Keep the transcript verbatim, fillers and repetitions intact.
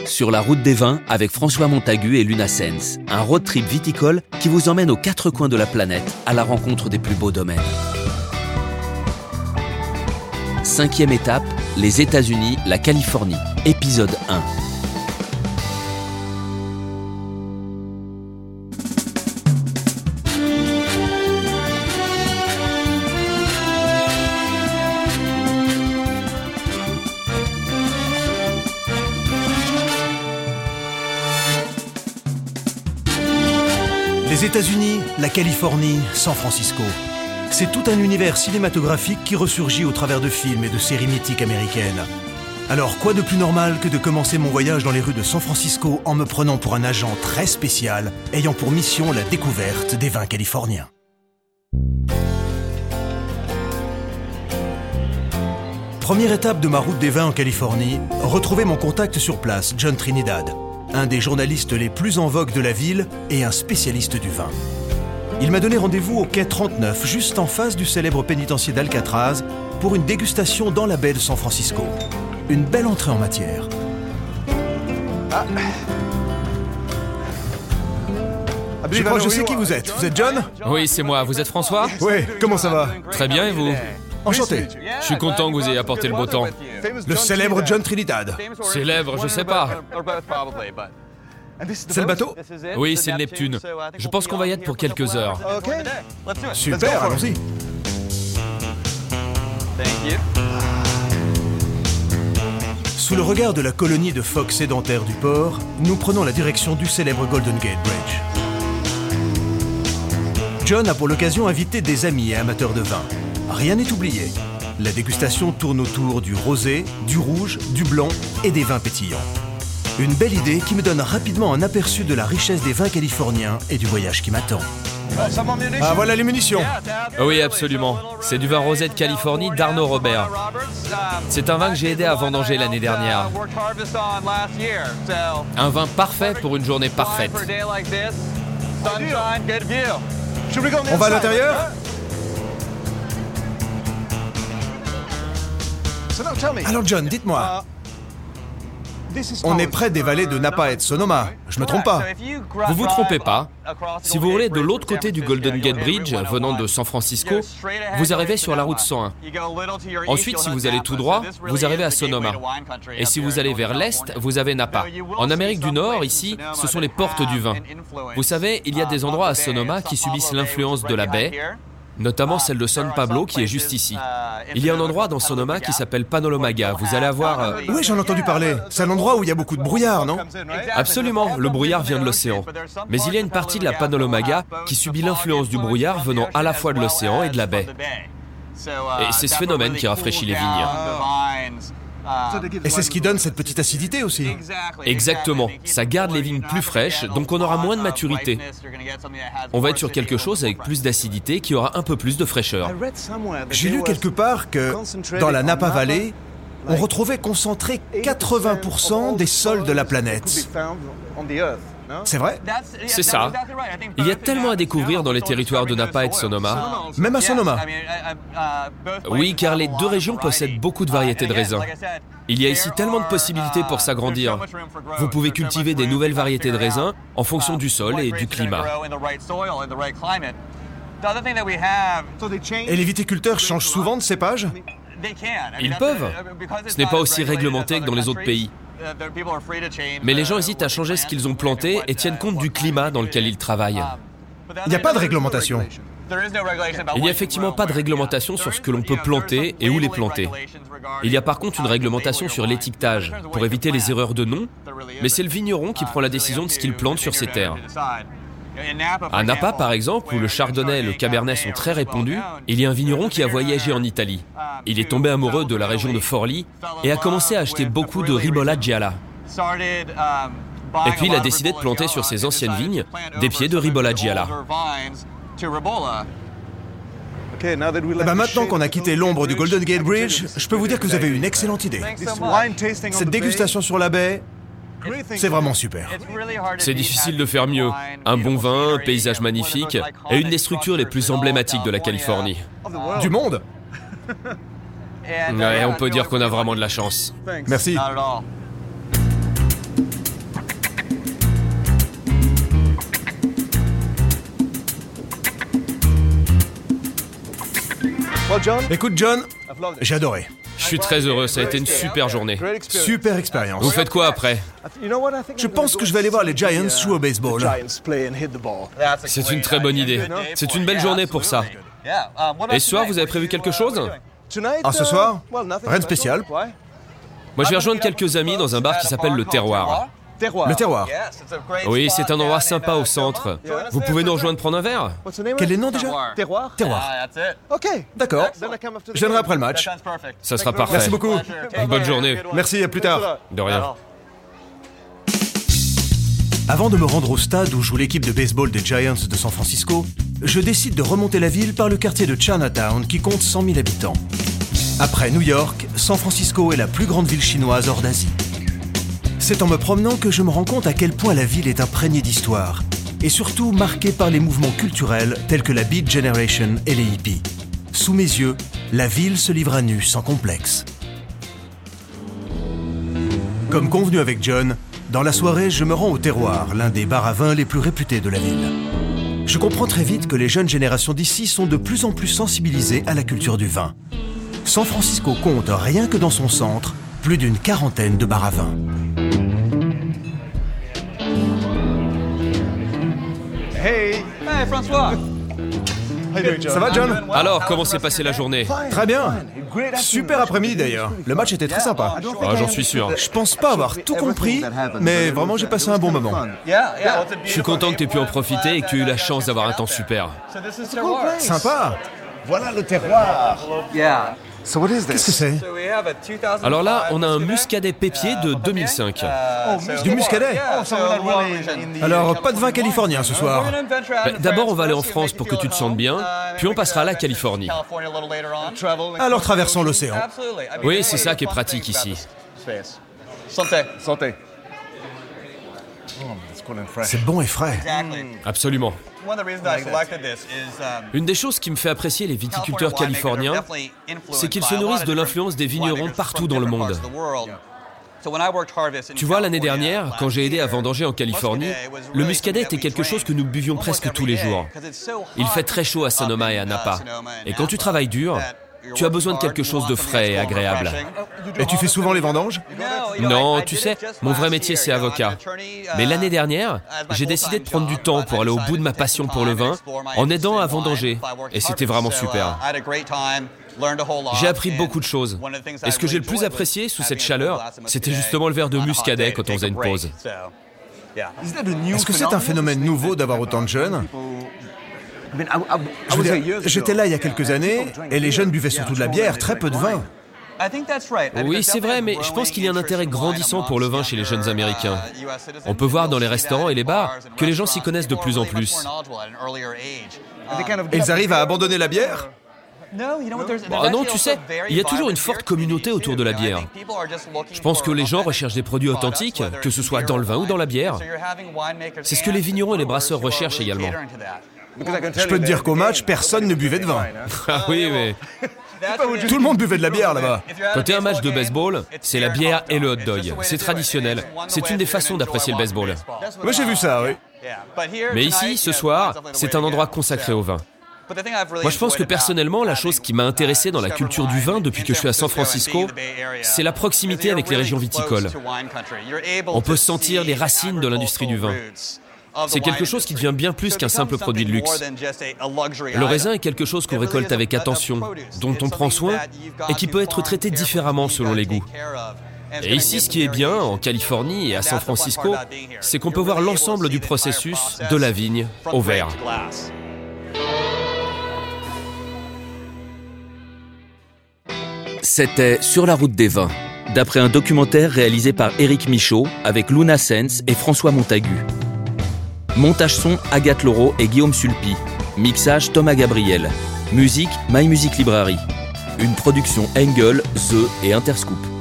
Sur la route des vins avec François Montagu et Luna Sens, un road trip viticole qui vous emmène aux quatre coins de la planète à la rencontre des plus beaux domaines. Cinquième étape, les États-Unis, la Californie, épisode un. Les États-Unis, la Californie, San Francisco. C'est tout un univers cinématographique qui ressurgit au travers de films et de séries mythiques américaines. Alors, quoi de plus normal que de commencer mon voyage dans les rues de San Francisco en me prenant pour un agent très spécial, ayant pour mission la découverte des vins californiens. Première étape de ma route des vins en Californie, retrouver mon contact sur place, John Trinidad, un des journalistes les plus en vogue de la ville et un spécialiste du vin. Il m'a donné rendez-vous au quai trente-neuf, juste en face du célèbre pénitencier d'Alcatraz, pour une dégustation dans la baie de San Francisco. Une belle entrée en matière. Ah. Je crois que je sais qui vous êtes. Vous êtes John ? Oui, c'est moi. Vous êtes François ? Oui, comment ça va ? Très bien, et vous ? Enchanté. Je suis content que vous ayez apporté le beau temps. Le célèbre John Trinidad. Célèbre, je sais pas. C'est le bateau ? Oui, c'est le Neptune. Je pense qu'on va y être pour quelques heures. Super, allons-y. Sous le regard de la colonie de phoques sédentaires du port, nous prenons la direction du célèbre Golden Gate Bridge. John a pour l'occasion invité des amis et amateurs de vin. Rien n'est oublié. La dégustation tourne autour du rosé, du rouge, du blanc et des vins pétillants. Une belle idée qui me donne rapidement un aperçu de la richesse des vins californiens et du voyage qui m'attend. Ah, voilà les munitions. Oui, absolument. C'est du vin rosé de Californie d'Arnaud Robert. C'est un vin que j'ai aidé à vendanger l'année dernière. Un vin parfait pour une journée parfaite. On va à l'intérieur ? Alors John, dites-moi, on est près des vallées de Napa et de Sonoma, je me trompe pas? Vous vous trompez pas. Si vous roulez de l'autre côté du Golden Gate Bridge, venant de San Francisco, vous arrivez sur la route cent un. Ensuite, si vous allez tout droit, vous arrivez à Sonoma. Et si vous allez vers l'est, vous avez Napa. En Amérique du Nord, ici, ce sont les portes du vin. Vous savez, il y a des endroits à Sonoma qui subissent l'influence de la baie, notamment celle de San Pablo qui est juste ici. Il y a un endroit dans Sonoma qui s'appelle Panolomaga. Vous allez avoir... Euh... Oui, j'en ai entendu parler. C'est un endroit où il y a beaucoup de brouillard, non ? Absolument, le brouillard vient de l'océan. Mais il y a une partie de la Panolomaga qui subit l'influence du brouillard venant à la fois de l'océan et de la baie. Et c'est ce phénomène qui rafraîchit les vignes. Et c'est ce qui donne cette petite acidité aussi. Exactement, ça garde les vignes plus fraîches, donc on aura moins de maturité. On va être sur quelque chose avec plus d'acidité qui aura un peu plus de fraîcheur. J'ai lu quelque part que dans la Napa Valley, on retrouvait concentré quatre-vingts pour cent des sols de la planète. C'est vrai ? C'est ça. Il y a tellement à découvrir dans les territoires de Napa et de Sonoma. Même à Sonoma ? Oui, car les deux régions possèdent beaucoup de variétés de raisins. Il y a ici tellement de possibilités pour s'agrandir. Vous pouvez cultiver des nouvelles variétés de raisins en fonction du sol et du climat. Et les viticulteurs changent souvent de cépage ? Ils peuvent. Ce n'est pas aussi réglementé que dans les autres pays. Mais les gens hésitent à changer ce qu'ils ont planté et tiennent compte du climat dans lequel ils travaillent. Il n'y a pas de réglementation. Il n'y a effectivement pas de réglementation sur ce que l'on peut planter et où les planter. Il y a par contre une réglementation sur l'étiquetage, pour éviter les erreurs de nom, mais c'est le vigneron qui prend la décision de ce qu'il plante sur ses terres. À Napa, par exemple, où le chardonnay et le cabernet sont très répandus, il y a un vigneron qui a voyagé en Italie. Il est tombé amoureux de la région de Forlì et a commencé à acheter beaucoup de Ribolla Gialla. Et puis il a décidé de planter sur ses anciennes vignes des pieds de Ribolla Gialla. Bah maintenant qu'on a quitté l'ombre du Golden Gate Bridge, je peux vous dire que vous avez une excellente idée. Cette dégustation sur la baie, c'est vraiment super. C'est difficile de faire mieux. Un bon vin, un paysage magnifique et une des structures les plus emblématiques de la Californie. Du monde ? Ouais, on peut dire qu'on a vraiment de la chance. Merci. Écoute John, j'ai adoré. Je suis très heureux, ça a été une super journée. Super expérience. Vous faites quoi après? Je pense que je vais aller voir les Giants jouer au baseball. C'est une très bonne idée. C'est une belle journée pour ça. Et ce soir, vous avez prévu quelque chose? Ah, ce soir? Rien de spécial. Moi, je vais rejoindre quelques amis dans un bar qui s'appelle Le Terroir. Le Terroir? Oui, c'est un endroit sympa au centre. Vous pouvez nous rejoindre prendre un verre? Quel est le nom déjà? Terroir. Terroir. D'accord. Je viendrai après le match. Ça sera parfait. Merci beaucoup. Bonne journée. Merci, à plus tard. De rien. Avant de me rendre au stade où joue l'équipe de baseball des Giants de San Francisco, je décide de remonter la ville par le quartier de Chinatown qui compte cent mille habitants. Après New York, San Francisco est la plus grande ville chinoise hors d'Asie. C'est en me promenant que je me rends compte à quel point la ville est imprégnée d'histoire, et surtout marquée par les mouvements culturels tels que la Beat Generation et les hippies. Sous mes yeux, la ville se livre à nu sans complexe. Comme convenu avec John, dans la soirée, je me rends au Terroir, l'un des bars à vin les plus réputés de la ville. Je comprends très vite que les jeunes générations d'ici sont de plus en plus sensibilisées à la culture du vin. San Francisco compte, rien que dans son centre, plus d'une quarantaine de bars à vin. Hey! Hey, François! Ça va, John? Alors, comment s'est passée la journée? Très bien. Super après-midi d'ailleurs. Le match était très sympa. Ah, j'en suis sûr. Je pense pas avoir tout compris, mais vraiment j'ai passé un bon moment. Je suis content que tu aies pu en profiter et que tu aies eu la chance d'avoir un temps super. Sympa. Voilà le terroir. Qu'est-ce que c'est? Alors là, on a un muscadet pépier de deux mille cinq. Du muscadet? Alors, pas de vin californien ce soir. Ben, D'abord, on va aller en France pour que tu te sentes bien, puis on passera à la Californie. Alors traversons l'océan. Oui, c'est ça qui est pratique ici. Santé. Santé. C'est bon et frais. Absolument. Une des choses qui me fait apprécier les viticulteurs californiens, c'est qu'ils se nourrissent de l'influence des vignerons partout dans le monde. Tu vois, l'année dernière, quand j'ai aidé à vendanger en Californie, le muscadet était quelque chose que nous buvions presque tous les jours. Il fait très chaud à Sonoma et à Napa. Et quand tu travailles dur, tu as besoin de quelque chose de frais et agréable. Et tu fais souvent les vendanges? Non, tu sais, mon vrai métier c'est avocat. Mais l'année dernière, j'ai décidé de prendre du temps pour aller au bout de ma passion pour le vin en aidant à vendanger. Et c'était vraiment super. J'ai appris beaucoup de choses. Et ce que j'ai le plus apprécié sous cette chaleur, c'était justement le verre de muscadet quand on faisait une pause. Est-ce que c'est un phénomène nouveau d'avoir autant de jeunes? Je veux dire, j'étais là il y a quelques années et les jeunes buvaient surtout de la bière, très peu de vin. Oui, c'est vrai, mais je pense qu'il y a un intérêt grandissant pour le vin chez les jeunes Américains. On peut voir dans les restaurants et les bars que les gens s'y connaissent de plus en plus. Ils arrivent à abandonner la bière? Ah non, tu sais, il y a toujours une forte communauté autour de la bière. Je pense que les gens recherchent des produits authentiques, que ce soit dans le vin ou dans la bière. C'est ce que les vignerons et les brasseurs recherchent également. Je peux te dire qu'au match, personne ne buvait de vin. Ah oui, mais... Tout le monde buvait de la bière là-bas. Quand t'es un match de baseball, c'est la bière et le hot dog. C'est traditionnel. C'est une des façons d'apprécier le baseball. Moi j'ai vu ça, oui. Mais ici, ce soir, c'est un endroit consacré au vin. Moi, je pense que personnellement, la chose qui m'a intéressé dans la culture du vin depuis que je suis à San Francisco, c'est la proximité avec les régions viticoles. On peut sentir les racines de l'industrie du vin. C'est quelque chose qui devient bien plus qu'un simple produit de luxe. Le raisin est quelque chose qu'on récolte avec attention, dont on prend soin et qui peut être traité différemment selon les goûts. Et ici, ce qui est bien, en Californie et à San Francisco, c'est qu'on peut voir l'ensemble du processus de la vigne au verre. C'était Sur la route des vins, d'après un documentaire réalisé par Éric Michaud avec Luna Sens et François Montagu. Montage son, Agathe Laureau et Guillaume Sulpi. Mixage, Thomas Gabriel. Musique, My Music Library. Une production Engel, The et Interscoop.